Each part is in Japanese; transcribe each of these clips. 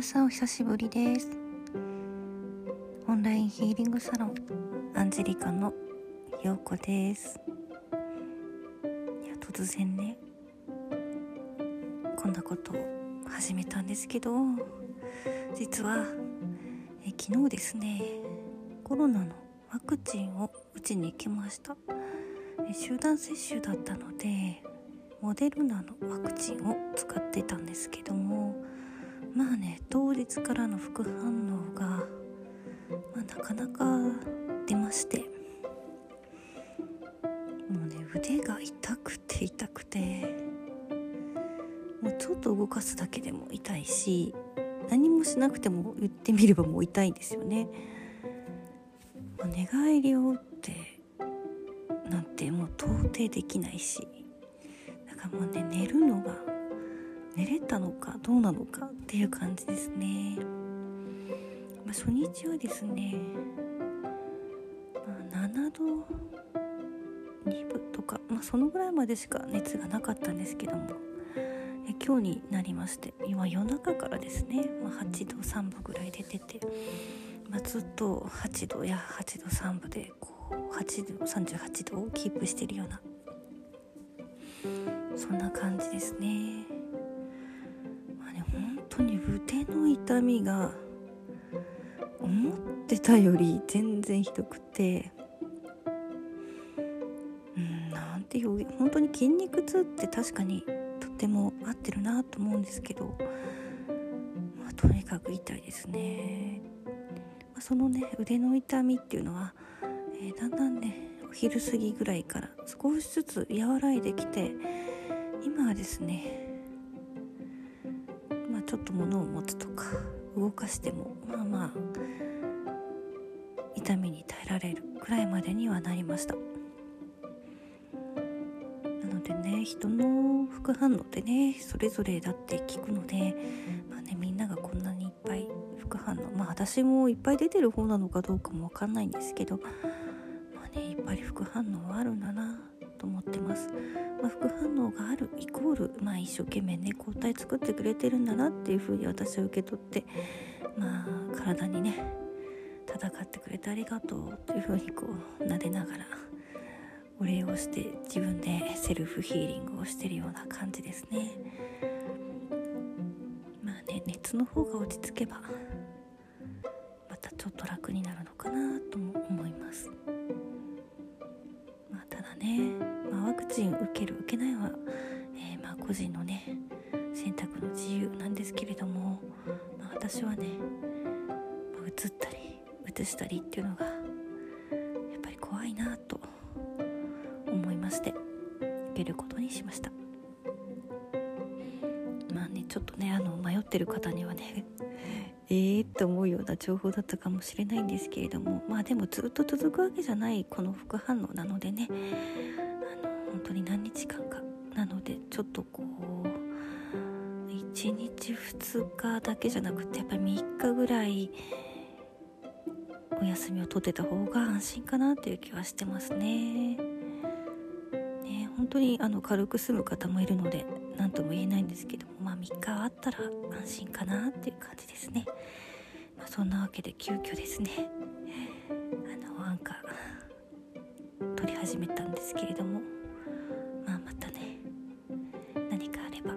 さんお久しぶりです。オンラインヒーリングサロンアンジェリカのようこです。いや突然ねこんなことを始めたんですけど、実は昨日ですね、コロナのワクチンを打ちに行きました。集団接種だったのでモデルナのワクチンを使ってたんですけども、当日からの副反応が、なかなか出まして、腕が痛くてもうちょっと動かすだけでも痛いし、何もしなくても言ってみればもう痛いんですよね。寝返りを打ってなんてもう到底できないし、だからもうね、寝れたのかどうなのかっていう感じですね。初日はですね、7度2分とか、そのぐらいまでしか熱がなかったんですけども、今日になりまして、今夜中からですね、8度3分ぐらいで出て、ずっと8度や8度3分で8度38度をキープしているような、そんな感じですね。本当に腕の痛みが思ってたより全然ひどくて、なんていう、本当に筋肉痛って確かにとっても合ってるなと思うんですけど、とにかく痛いですね。そのね、腕の痛みっていうのは、だんだんね、お昼過ぎぐらいから少しずつ和らいできて、今はですね、ちょっと物を持つとか動かしても痛みに耐えられるくらいまでにはなりました。なのでね、人の副反応ってねそれぞれだって聞くので、みんながこんなにいっぱい副反応、私もいっぱい出てる方なのかどうかもわかんないんですけど、いっぱい副反応はあるんだなと思ってます。副反応があるイコール、一生懸命ね抗体作ってくれてるんだなっていう風に私は受け取って、体にね戦ってくれてありがとうという風に撫でながらお礼をして、自分でセルフヒーリングをしてるような感じですね。熱の方が落ち着けばまたちょっと楽になるのかなとも思います。ただね、ワクチン受ける受けないは、個人のね選択の自由なんですけれども、私はね、移ったり移したりっていうのがやっぱり怖いなと思いまして、受けることにしました。ちょっとね迷ってる方にはねって思うような情報だったかもしれないんですけれども、でもずっと続くわけじゃないこの副反応なのでね、本当に何日間かなので、ちょっと1日2日だけじゃなくてやっぱり3日ぐらいお休みを取ってた方が安心かなっていう気はしてますね。本当に軽く済む方もいるので何とも言えないんですけども、3日あったら安心かなっていう感じですね。そんなわけで急遽ですね、アンカー撮り始めたんですけれども、またね何かあれば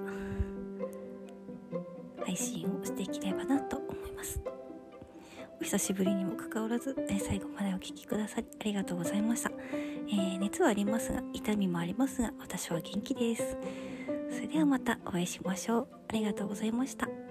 配信をしていければなと思います。お久しぶりにもかかわらず、最後までお聞きくださりありがとうございました。熱はありますが、痛みもありますが、私は元気です。それではまたお会いしましょう。ありがとうございました。